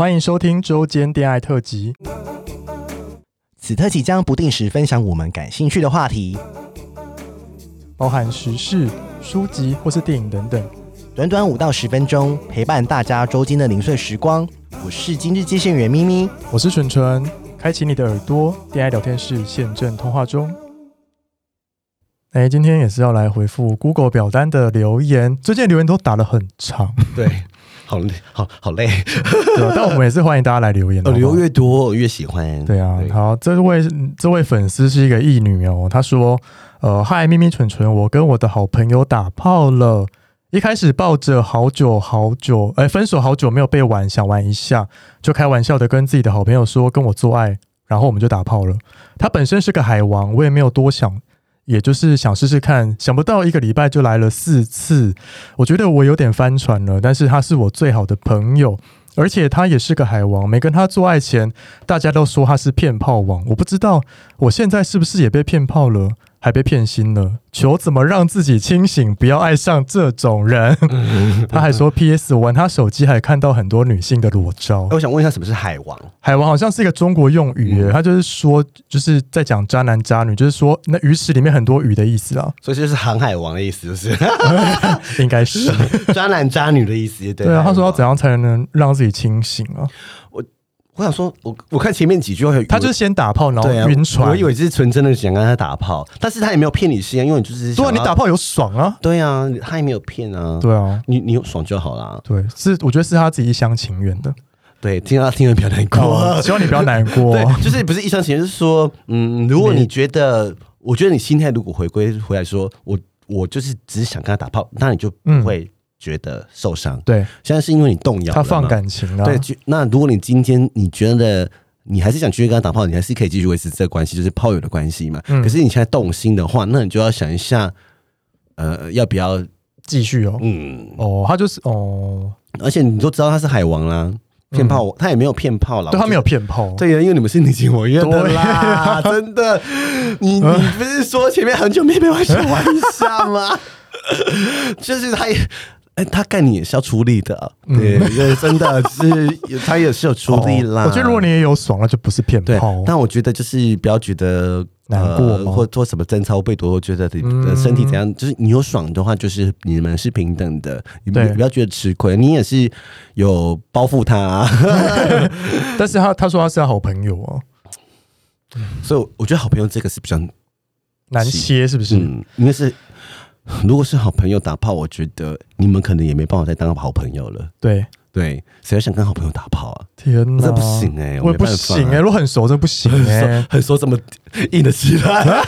欢迎收听周间恋爱特辑。 此特辑将不定时分享我们感兴趣的话题， 包含时事、书籍或是电影等等， 短短5到10分钟，陪伴大家周间的零碎时光。我是今日接线员咪咪， 我是纯纯，开启你的耳朵，恋爱聊天室现正通话中。今天也是要来回复 Google 表单的留言，最近的留言都打得很长， 对，好累， 对啊，但我们也是欢迎大家来留言， 留越多越喜欢。 对啊，好，这位粉丝是一个异女哦，她说，嗨，咪咪纯纯，我跟我的好朋友打炮了。一开始抱着好久，分手好久没有被玩，想玩一下，就开玩笑的跟自己的好朋友说跟我做爱，然后我们就打炮了。他本身是个海王，我也没有多想，也就是想试试看，想不到1个礼拜就来了4次，我觉得我有点翻船了，但是他是我最好的朋友，而且他也是个海王，没跟他做爱前，大家都说他是骗炮王，我不知道我现在是不是也被骗炮了，还被骗心了，求怎么让自己清醒，不要爱上这种人。他还说 PS 我玩他手机还看到很多女性的裸照。 我想问一下，什么是海王？ 海王好像是一个中国用语耶，他就是说就是在讲渣男渣女，就是说那鱼池里面很多鱼的意思啊， 所以就是航海王的意思，就是应该是渣男渣女的意思。 对啊，他说要怎样才能让自己清醒啊？ 我想说，我看前面几句话， 他就是先打炮，然后晕船。 我以为是纯真的想跟他打炮，但是他也没有骗你心啊，因为你就是对啊，你打炮有爽啊， 对啊，他也没有骗啊， 对啊， 你有爽就好啦。 对，我觉得是他自己一厢情愿的。 对，听了不要难过， 希望你不要难过。 对，就是不是一厢情愿，就是说，如果你觉得，我觉得你心态如果回来说，我就是只是想跟他打炮，那你就不会觉得受伤。 对， 现在是因为你动摇了嘛， 他放感情了。 对，那如果你今天你觉得你还是想继续跟他打炮，你还是可以继续维持这个关系，就是炮友的关系嘛。可是你现在动心的话，那你就要想一下，要不要继续哦？他就是而且你都知道他是海王啦。骗炮，他也没有骗炮啦。 对，他没有骗炮。 对呀，因为你们是你情我愿的啦，真的。你不是说前面很久没被玩小玩一下吗？就是他干你也是要出力的，对，真的是他也是有出力啦。 我觉得如果你也有爽，那就不是骗炮。 但我觉得就是不要觉得难过或做什么贞操被夺，觉得你的身体怎样，就是你有爽的话，就是你们是平等的，你不要觉得吃亏，你也是有包覆他啊。 但是他说他是他好朋友啊， 所以我觉得好朋友这个是比较难切，是不是？ 因为是。如果是好朋友打炮，我觉得你们可能也没办法再当好朋友了。对，谁想跟好朋友打炮啊？ 天哪， 这不行我也不行如果很熟，这不行很熟怎么硬得起来？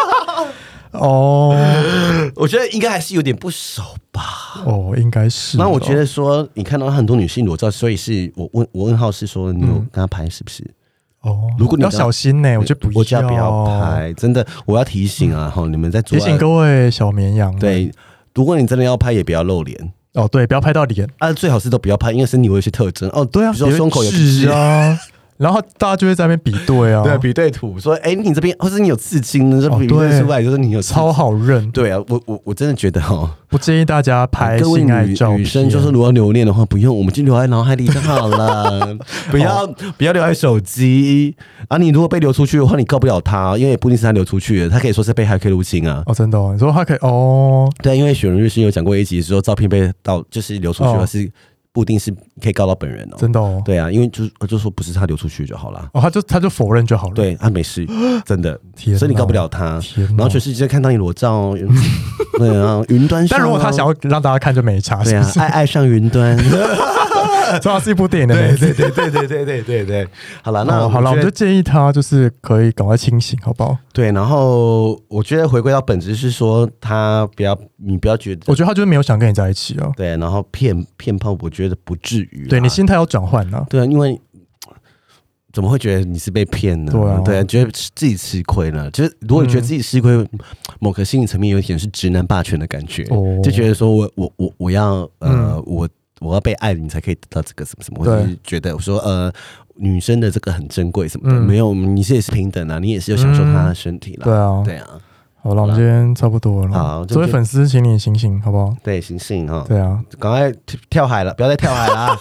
我觉得应该还是有点不熟吧。 应该是。 那我觉得说，你看到很多女性裸照，所以是我问号是说，你有跟她拍是不是？如果你要小心我觉得不要拍，真的，我要提醒啊！你们在提醒各位小绵羊， 对，如果你真的要拍，也不要露脸对，不要拍到脸最好是都不要拍，因为身体会有一些特征对啊， 比如说胸口有痣啊。然后大家就会在那边比对啊， 对，比对图说，你这边或是你有刺青，这比对出来就是你有刺青， 超好认。对啊，我真的觉得不建议大家拍性爱照片。 女生就是如果留念的话，不用，我们就留在脑海里就好了，不要留在手机啊。你如果被流出去的话，你告不了他，因为也不一定是他流出去的，他可以说是被骇客入侵啊。 真的你说他可以对， 因为雪伦律师有讲过一集，说照片被就是流出去的是。不一定是可以告到本人真的对啊，因为就说不是他流出去就好了他就否认就好了， 对，他没事，真的，所以你告不了他。然后全世界看到你裸照，对啊，云端上。 但如果他想要让大家看就没差， 对啊，爱上云端。 这是一部电影的名字， 对。好了，那好了，我就建议他就是可以赶快清醒，好不好？ 对，然后我觉得回归到本质是说，你不要觉得， 我觉得他就是没有想跟你在一起啊。 对，然后骗炮，我觉得不至于。 对，你心态要转换啊。 对啊，因为怎么会觉得你是被骗呢？对啊，觉得自己吃亏了。就是如果你觉得自己吃亏，某个心理层面有一点是直男霸权的感觉，就觉得说我要我要被爱你才可以得到这个什么什么，我就是觉得我说女生的这个很珍贵什么的，没有，你也是平等啊，你也是有享受她的身体啦。对啊。 好了，我们今天差不多了。 好， 这位粉丝，请你醒醒，好不好？ 对，醒醒哈。 对啊， 赶快跳海了，不要再跳海了。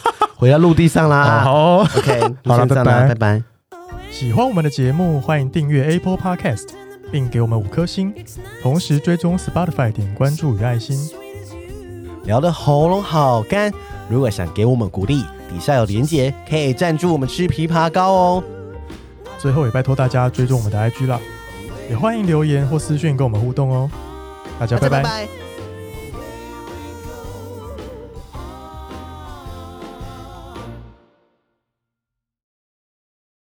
回到陆地上啦。 好 ，OK， 好了，拜拜拜。 喜欢我们的节目，欢迎订阅 Apple Podcast， 并给我们5颗星，同时追踪 Spotify 点关注与爱心。 聊得喉咙好干，如果想给我们鼓励，底下有连结，可以赞助我们吃枇杷膏哦。 最后也拜托大家追踪我们的 IG 啦，也欢迎留言或私讯跟我们互动哦。大家拜拜。